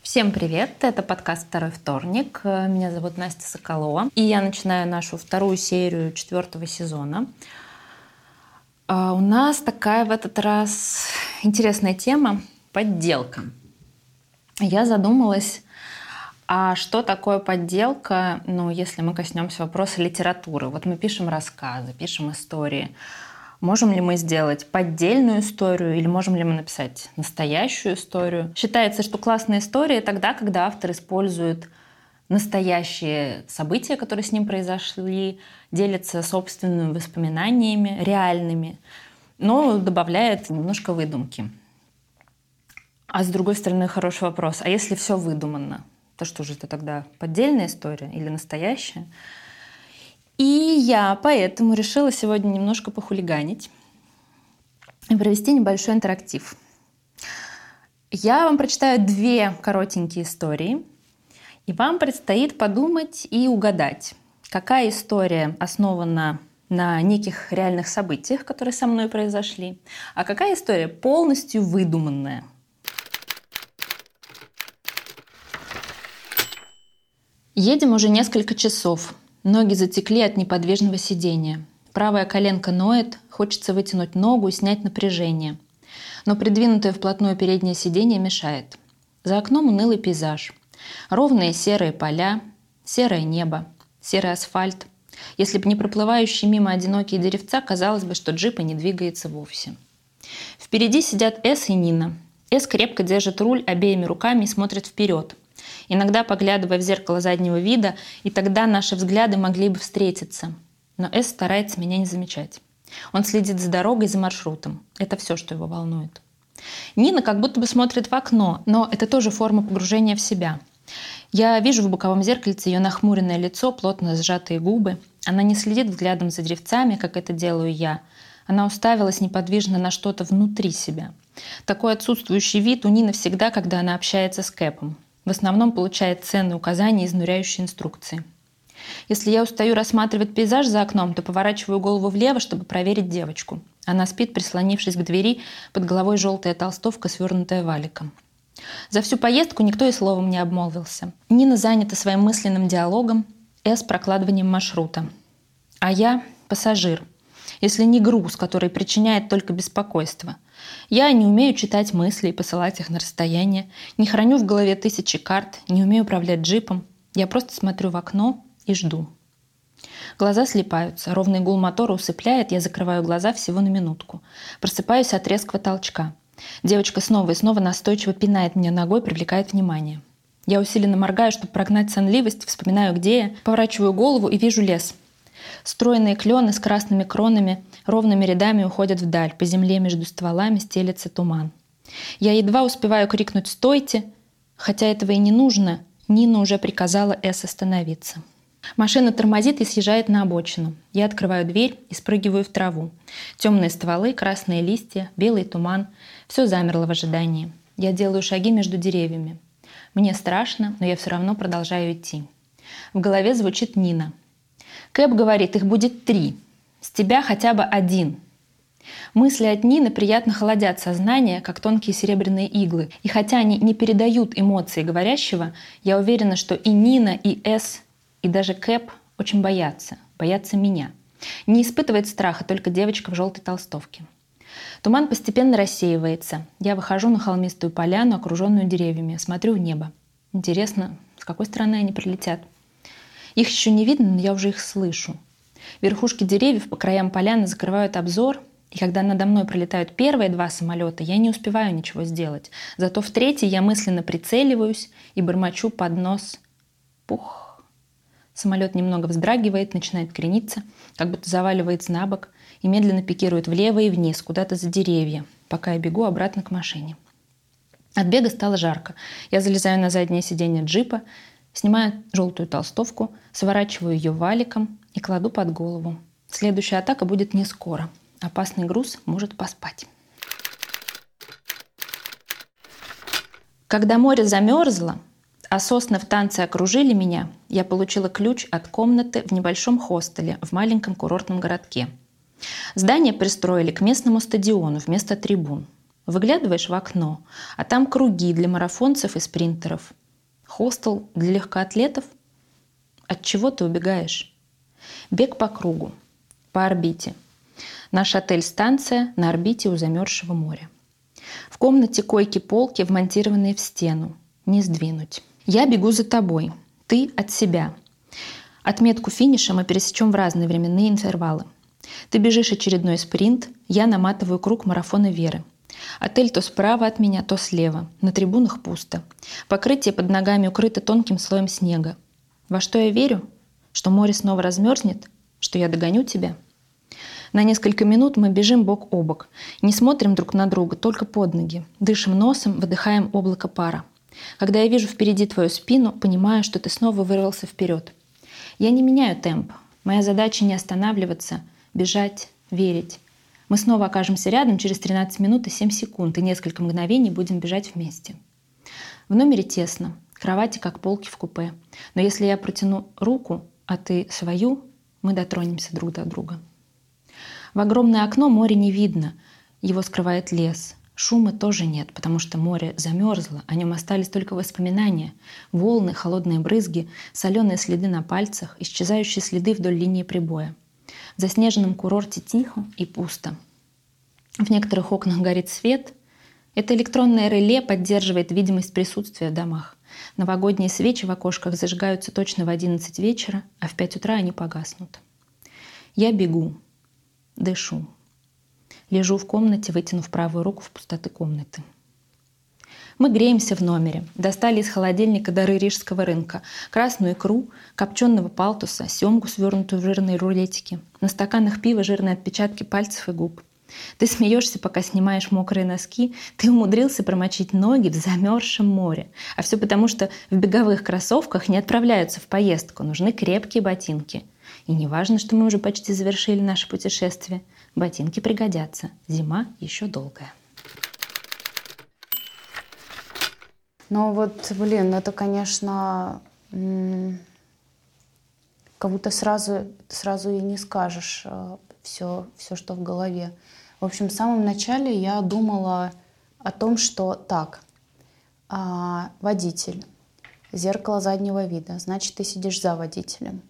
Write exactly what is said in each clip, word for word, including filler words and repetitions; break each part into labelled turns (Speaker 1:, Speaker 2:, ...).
Speaker 1: Всем привет! Это подкаст «Второй вторник». Меня зовут Настя Соколова. И я начинаю нашу вторую серию четвертого сезона. А у нас такая в этот раз интересная тема – подделка. Я задумалась, а что такое подделка, ну, если мы коснемся вопроса литературы. Вот мы пишем рассказы, пишем истории. Можем ли мы сделать поддельную историю или можем ли мы написать настоящую историю? Считается, что классная история тогда, когда автор использует настоящие события, которые с ним произошли, делится собственными воспоминаниями, реальными, но добавляет немножко выдумки. А с другой стороны, хороший вопрос. А если все выдумано, то что же это тогда, поддельная история или настоящая? И я поэтому решила сегодня немножко похулиганить и провести небольшой интерактив. Я вам прочитаю две коротенькие истории, и вам предстоит подумать и угадать, какая история основана на неких реальных событиях, которые со мной произошли, а какая история полностью выдуманная. Едем уже несколько часов. Ноги затекли от неподвижного сидения. Правая коленка ноет, хочется вытянуть ногу и снять напряжение. Но придвинутое вплотную переднее сиденье мешает. За окном унылый пейзаж. Ровные серые поля, серое небо, серый асфальт. Если бы не проплывающие мимо одинокие деревца, казалось бы, что джип и не двигается вовсе. Впереди сидят Эс и Нина. Эс крепко держит руль обеими руками и смотрит вперед, иногда поглядывая в зеркало заднего вида, и тогда наши взгляды могли бы встретиться. Но Эс старается меня не замечать. Он следит за дорогой, за маршрутом. Это все, что его волнует. Нина как будто бы смотрит в окно, но это тоже форма погружения в себя. Я вижу в боковом зеркальце ее нахмуренное лицо, плотно сжатые губы. Она не следит взглядом за деревцами, как это делаю я. Она уставилась неподвижно на что-то внутри себя. Такой отсутствующий вид у Нины всегда, когда она общается с Кэпом. В основном получает ценные указания и изнуряющие инструкции. Если я устаю рассматривать пейзаж за окном, то поворачиваю голову влево, чтобы проверить девочку. Она спит, прислонившись к двери, под головой желтая толстовка, свернутая валиком. За всю поездку никто и словом не обмолвился. Нина занята своим мысленным диалогом, Эс прокладыванием маршрута. А я пассажир, если не груз, который причиняет только беспокойство. Я не умею читать мысли и посылать их на расстояние, не храню в голове тысячи карт, не умею управлять джипом. Я просто смотрю в окно и жду. Глаза слипаются, ровный гул мотора усыпляет, я закрываю глаза всего на минутку. Просыпаюсь от резкого толчка. Девочка снова и снова настойчиво пинает меня ногой, привлекает внимание. Я усиленно моргаю, чтобы прогнать сонливость, вспоминаю, где я, поворачиваю голову и вижу лес. Стройные клены с красными кронами ровными рядами уходят вдаль, по земле между стволами стелется туман. Я едва успеваю крикнуть «Стойте!», хотя этого и не нужно, Нина уже приказала Эс остановиться. Машина тормозит и съезжает на обочину. Я открываю дверь и спрыгиваю в траву. Темные стволы, красные листья, белый туман. Все замерло в ожидании. Я делаю шаги между деревьями. Мне страшно, но я все равно продолжаю идти. В голове звучит Нина. Кэп говорит, их будет три. С тебя хотя бы один. Мысли от Нины приятно холодят сознание, как тонкие серебряные иглы. И хотя они не передают эмоции говорящего, я уверена, что и Нина, и Эс, и даже Кэп очень боятся. Боятся меня. Не испытывает страха только девочка в желтой толстовке. Туман постепенно рассеивается. Я выхожу на холмистую поляну, окруженную деревьями. Смотрю в небо. Интересно, с какой стороны они прилетят? Их еще не видно, но я уже их слышу. Верхушки деревьев по краям поляны закрывают обзор, и когда надо мной пролетают первые два самолета, я не успеваю ничего сделать. Зато в третий я мысленно прицеливаюсь и бормочу под нос «пух». Самолет немного вздрагивает, начинает крениться, как будто заваливается на бок и медленно пикирует влево и вниз, куда-то за деревья, пока я бегу обратно к машине. От бега стало жарко. Я залезаю на заднее сиденье джипа, снимаю желтую толстовку, сворачиваю ее валиком и кладу под голову. Следующая атака будет не скоро. Опасный груз может поспать. Когда море замерзло, а сосны в танце окружили меня, я получила ключ от комнаты в небольшом хостеле в маленьком курортном городке. Здание пристроили к местному стадиону вместо трибун. Выглядываешь в окно, а там круги для марафонцев и спринтеров. Хостел для легкоатлетов? От чего ты убегаешь? Бег по кругу, по орбите. Наш отель-станция на орбите у замерзшего моря. В комнате койки-полки, вмонтированные в стену. Не сдвинуть. Я бегу за тобой, ты от себя. Отметку финиша мы пересечем в разные временные интервалы. Ты бежишь очередной спринт, я наматываю круг марафона Веры. Отель то справа от меня, то слева. На трибунах пусто. Покрытие под ногами укрыто тонким слоем снега. Во что я верю? Что море снова размерзнет? Что я догоню тебя? На несколько минут мы бежим бок о бок. Не смотрим друг на друга, только под ноги. Дышим носом, выдыхаем облако пара. Когда я вижу впереди твою спину, понимаю, что ты снова вырвался вперед. Я не меняю темп. Моя задача не останавливаться, бежать, верить. Мы снова окажемся рядом через тринадцать минут и семь секунд, и несколько мгновений будем бежать вместе. В номере тесно, кровати как полки в купе. Но если я протяну руку, а ты свою, мы дотронемся друг до друга. В огромное окно море не видно, его скрывает лес. Шума тоже нет, потому что море замерзло, о нем остались только воспоминания. Волны, холодные брызги, соленые следы на пальцах, исчезающие следы вдоль линии прибоя. В заснеженном курорте тихо и пусто. В некоторых окнах горит свет. Это электронное реле поддерживает видимость присутствия в домах. Новогодние свечи в окошках зажигаются точно в одиннадцать вечера, а в пять утра они погаснут. Я бегу. Дышу. Лежу в комнате, вытянув правую руку в пустоты комнаты. Мы греемся в номере. Достали из холодильника дары рижского рынка. Красную икру, копченого палтуса, семгу, свернутую в жирные рулетики. На стаканах пива жирные отпечатки пальцев и губ. Ты смеешься, пока снимаешь мокрые носки. Ты умудрился промочить ноги в замерзшем море. А все потому, что в беговых кроссовках не отправляются в поездку. Нужны крепкие ботинки. И не важно, что мы уже почти завершили наше путешествие. Ботинки пригодятся. Зима еще долгая.
Speaker 2: Ну вот, блин, это, конечно, как будто сразу, сразу и не скажешь все, все, что в голове. В общем, в самом начале я думала о том, что так, водитель, зеркало заднего вида, значит, ты сидишь за водителем.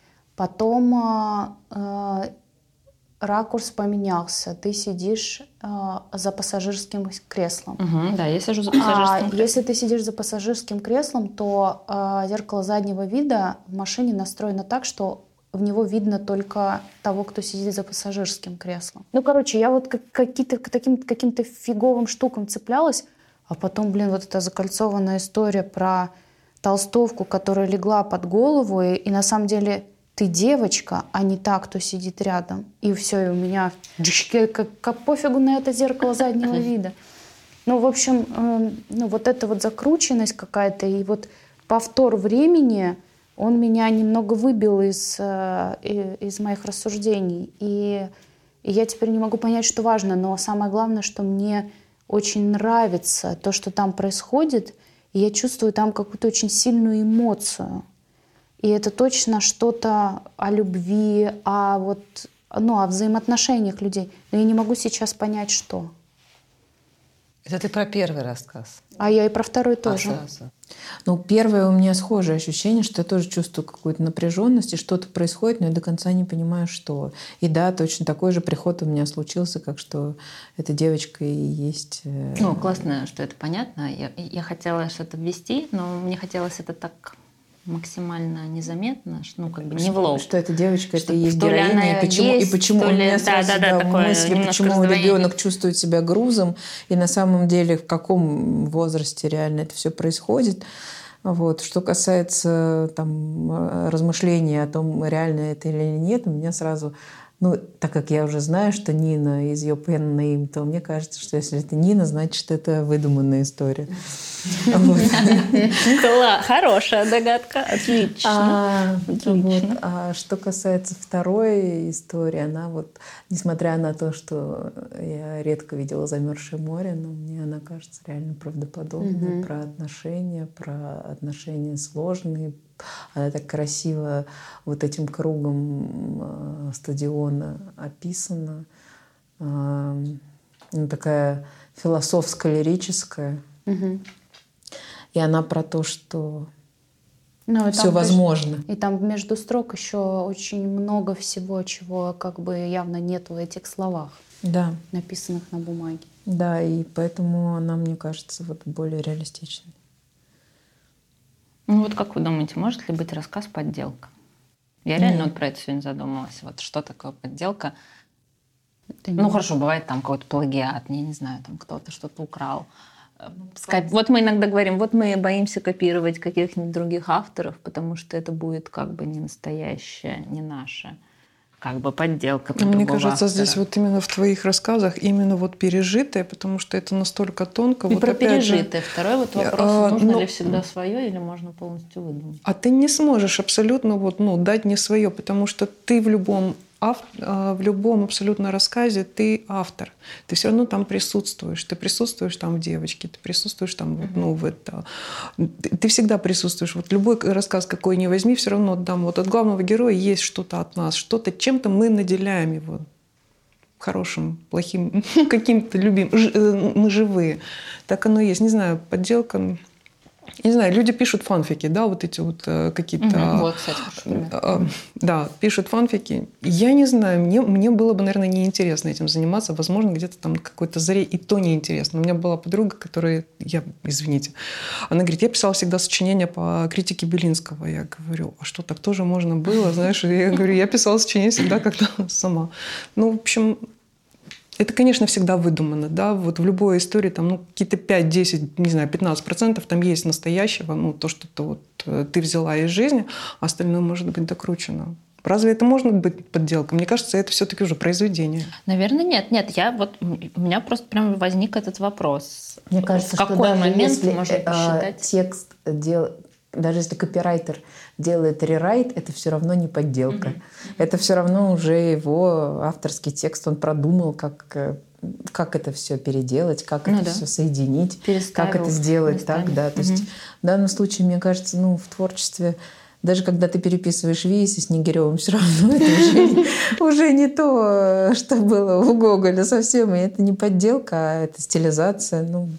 Speaker 2: Потом э, ракурс поменялся, ты сидишь э, за пассажирским креслом.
Speaker 1: Угу, да, я сижу за пассажирским
Speaker 2: а креслом. Если ты сидишь за пассажирским креслом, то э, зеркало заднего вида в машине настроено так, что в него видно только того, кто сидит за пассажирским креслом. Ну, короче, я вот как, какие-то, таким, каким-то фиговым штукам цеплялась, а потом, блин, вот эта закольцованная история про толстовку, которая легла под голову, и, и на самом деле... Ты девочка, а не та, кто сидит рядом. И все, и у меня как, как пофигу на это зеркало заднего вида. Ну, в общем, э, ну, вот эта вот закрученность какая-то, и вот повтор времени, он меня немного выбил из, э, из моих рассуждений. И, и я теперь не могу понять, что важно. Но самое главное, что мне очень нравится то, что там происходит. И я чувствую там какую-то очень сильную эмоцию. И это точно что-то о любви, о, вот, ну, о взаимоотношениях людей. Но я не могу сейчас понять, что.
Speaker 3: Это ты про первый рассказ.
Speaker 2: А я и про второй тоже.
Speaker 3: А, сразу.
Speaker 4: Ну, первое, у меня схожее ощущение, что я тоже чувствую какую-то напряженность, и что-то происходит, но я до конца не понимаю, что. И да, точно такой же приход у меня случился, как что эта девочка и есть...
Speaker 1: Ну, классно, что это понятно. Я, я хотела что-то ввести, но мне хотелось это так... максимально незаметно, ну, как бы не в лоб.
Speaker 4: Что эта девочка,
Speaker 1: что,
Speaker 4: это и есть героиня, и почему,
Speaker 1: есть,
Speaker 4: и почему у меня
Speaker 1: ли,
Speaker 4: сразу
Speaker 1: да, да,
Speaker 4: да,
Speaker 1: да,
Speaker 4: мысли, почему ребенок чувствует себя грузом, и на самом деле в каком возрасте реально это все происходит. Вот. Что касается там, размышлений о том, реально это или нет, у меня сразу... Ну, так как я уже знаю, что Нина из Your Pen Name, то мне кажется, что если это Нина, значит, это выдуманная история.
Speaker 1: Хорошая догадка, отлично.
Speaker 4: А что касается второй истории, она вот, несмотря на то, что я редко видела «Замерзшее море», но мне она кажется реально правдоподобной, про отношения, про отношения сложные. Она так красиво вот этим кругом стадиона описана. Ну, такая философско-лирическая.
Speaker 2: Угу.
Speaker 4: И она про то, что
Speaker 2: Ну, и
Speaker 4: все
Speaker 2: там,
Speaker 4: возможно.
Speaker 2: И там между строк еще очень много всего, чего как бы явно нет в этих словах,
Speaker 4: Да,
Speaker 2: написанных на бумаге.
Speaker 4: да, и поэтому она, мне кажется, вот более реалистичной.
Speaker 1: Ну вот как вы думаете, может ли быть рассказ подделка? Я реально вот про это сегодня задумалась. Вот что такое подделка?
Speaker 2: Это
Speaker 1: Ну
Speaker 2: не-
Speaker 1: хорошо, бывает там какой-то плагиат, я не знаю, там кто-то что-то украл. Ска- Вот мы иногда говорим, вот мы боимся копировать каких-нибудь других авторов, потому что это будет как бы не настоящее, не наше. Как бы подделка под
Speaker 5: Мне
Speaker 1: другого
Speaker 5: кажется,
Speaker 1: автора.
Speaker 5: здесь вот именно в твоих рассказах именно вот пережитое, потому что это настолько тонко.
Speaker 1: И
Speaker 5: вот
Speaker 1: про
Speaker 5: опять же,
Speaker 1: пережитое. Второй вот вопрос,
Speaker 5: а,
Speaker 1: нужно
Speaker 5: ну,
Speaker 1: ли всегда свое или можно полностью выдумать?
Speaker 5: А ты не сможешь абсолютно вот, ну, дать не свое, потому что ты в любом, ав- а, в любом абсолютно рассказе ты автор. Ты все равно там присутствуешь. Ты присутствуешь там в девочке, ты присутствуешь там вот, ну, в это. Ты, ты всегда присутствуешь. Вот любой рассказ, какой ни возьми, все равно там вот от главного героя есть что-то от нас, что-то, чем-то мы наделяем его. Хорошим, плохим, каким-то любимым. Ж- э, Мы живые. Так оно и есть. Не знаю, подделка... Не знаю, люди пишут фанфики, да, вот эти вот э, какие-то...
Speaker 1: Мгм. Вот, кстати, хороший пример.
Speaker 5: э, Да, пишут фанфики. Я не знаю, мне, мне было бы, наверное, неинтересно этим заниматься. Возможно, где-то там какой-то заре, и то неинтересно. У меня была подруга, которая... Я, извините. Она говорит, я писала всегда сочинения по критике Белинского. Я говорю, а что, так тоже можно было? Знаешь, я говорю, я писала сочинения всегда как-то сама. Ну, в общем... Это, конечно, всегда выдумано, да, вот в любой истории там, ну, какие-то пять, десять, не знаю, пятнадцать процентов там есть настоящего, ну, то, что ты, вот, ты взяла из жизни, а остальное может быть докручено. Разве это может быть подделкой? Мне кажется, это все-таки уже произведение.
Speaker 1: Наверное, нет. Нет, я вот... У меня просто прям возник этот вопрос.
Speaker 4: Мне кажется,
Speaker 1: в какой
Speaker 4: что даже
Speaker 1: момент
Speaker 4: если
Speaker 1: можно
Speaker 4: э,
Speaker 1: посчитать...
Speaker 4: текст дел... даже если копирайтер делает рерайт, это все равно не подделка. Mm-hmm. Это все равно уже его авторский текст, он продумал, как, как это все переделать, как ну, это да. все соединить, как это сделать местами. Так. Да. То mm-hmm. есть в данном случае, мне кажется, ну, в творчестве, даже когда ты переписываешь Вииса с Снегирёвым, все равно это уже, уже не то, что было у Гоголя совсем. И это не подделка, а это стилизация. Ну,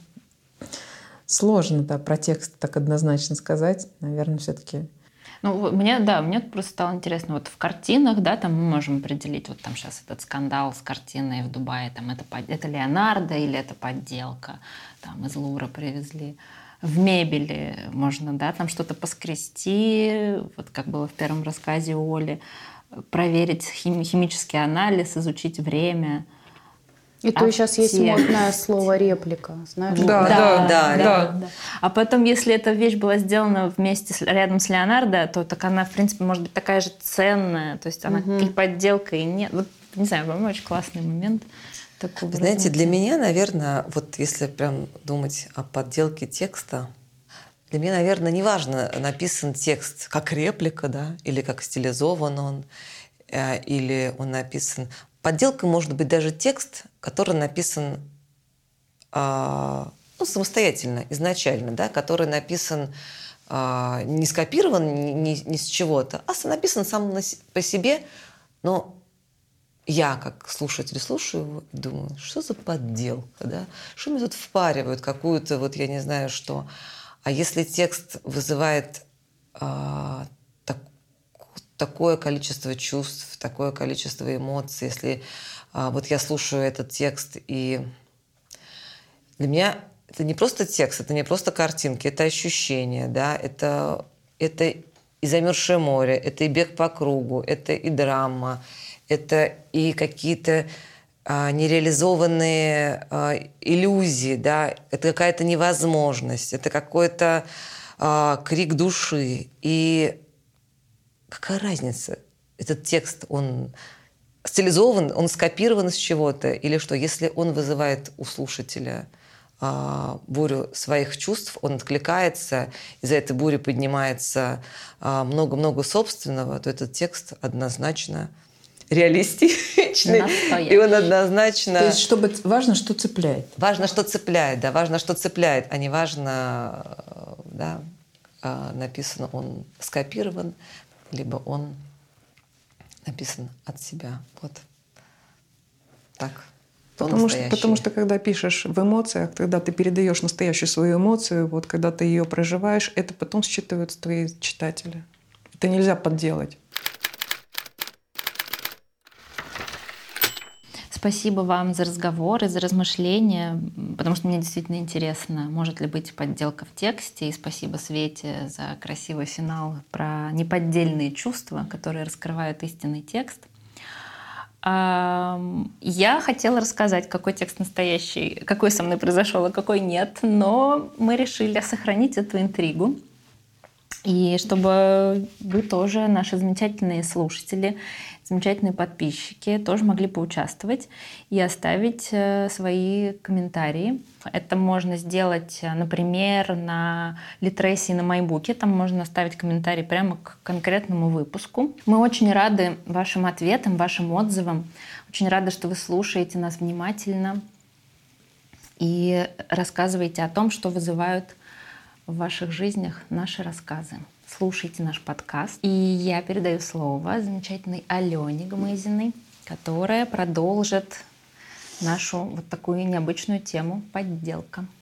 Speaker 4: сложно, да, про текст так однозначно сказать. Наверное, все-таки.
Speaker 1: Ну, мне, да, мне просто стало интересно, вот в картинах, да, там мы можем определить, вот там сейчас этот скандал с картиной в Дубае, там это, это Леонардо или это подделка, там из Лувра привезли. В мебели можно, да, там что-то поскрести, вот как было в первом рассказе у Оли, проверить хим, химический анализ, изучить время.
Speaker 2: И то сейчас есть модное слово реплика, знаешь?
Speaker 5: Да,
Speaker 1: да,
Speaker 5: да,
Speaker 1: да, да,
Speaker 5: да.
Speaker 1: да. А потом, если эта вещь была сделана вместе с, рядом с Леонардо, то так она, в принципе, может быть такая же ценная. То есть она угу. и подделка, и нет. Вот, не знаю, по-моему, очень классный момент. Такого
Speaker 3: Знаете, для меня, наверное, вот если прям думать о подделке текста, для меня, наверное, неважно, написан текст как реплика, да, или как стилизован он, э, или он написан... Подделкой может быть даже текст, который написан э, ну, самостоятельно, изначально, да, который написан, э, не скопирован ни, ни, ни с чего-то, а написан сам на, по себе, но я, как слушатель, слушаю его и думаю, что за подделка, да? Что мне тут впаривают, какую-то, вот я не знаю что. А если текст вызывает э, такое количество чувств, такое количество эмоций. Если а, вот я слушаю этот текст, и для меня это не просто текст, это не просто картинки, это ощущения, да, это, это и «Замерзшее море», это и «Бег по кругу», это и драма, это и какие-то а, нереализованные а, иллюзии, да, это какая-то невозможность, это какой-то а, крик души. И какая разница? Этот текст, он стилизован, он скопирован из чего-то или что? Если он вызывает у слушателя а, бурю своих чувств, он откликается, из-за этой бури поднимается а, много-много собственного, то этот текст однозначно реалистичный. И он однозначно...
Speaker 4: То есть чтобы... важно, что цепляет.
Speaker 3: Важно, что цепляет, да, важно, что цепляет, а не важно, да, написано, он скопирован, либо он написан от себя. Вот так.
Speaker 5: Потому что, потому что когда пишешь в эмоциях, когда ты передаешь настоящую свою эмоцию, вот когда ты ее проживаешь, это потом считывают твои читатели. Это нельзя подделать.
Speaker 1: Спасибо вам за разговор и за размышления, потому что мне действительно интересно, может ли быть подделка в тексте. И спасибо Свете за красивый финал про неподдельные чувства, которые раскрывают истинный текст. Я хотела рассказать, какой текст настоящий, какой со мной произошел, а какой нет, но мы решили сохранить эту интригу. И чтобы вы тоже, наши замечательные слушатели, замечательные подписчики, тоже могли поучаствовать и оставить свои комментарии. Это можно сделать, например, на Литресе и на Майбуке. Там можно оставить комментарий прямо к конкретному выпуску. Мы очень рады вашим ответам, вашим отзывам. Очень рады, что вы слушаете нас внимательно и рассказываете о том, что вызывают в ваших жизнях наши рассказы. Слушайте наш подкаст. И я передаю слово замечательной Алене Гмызиной, которая продолжит нашу вот такую необычную тему подделка.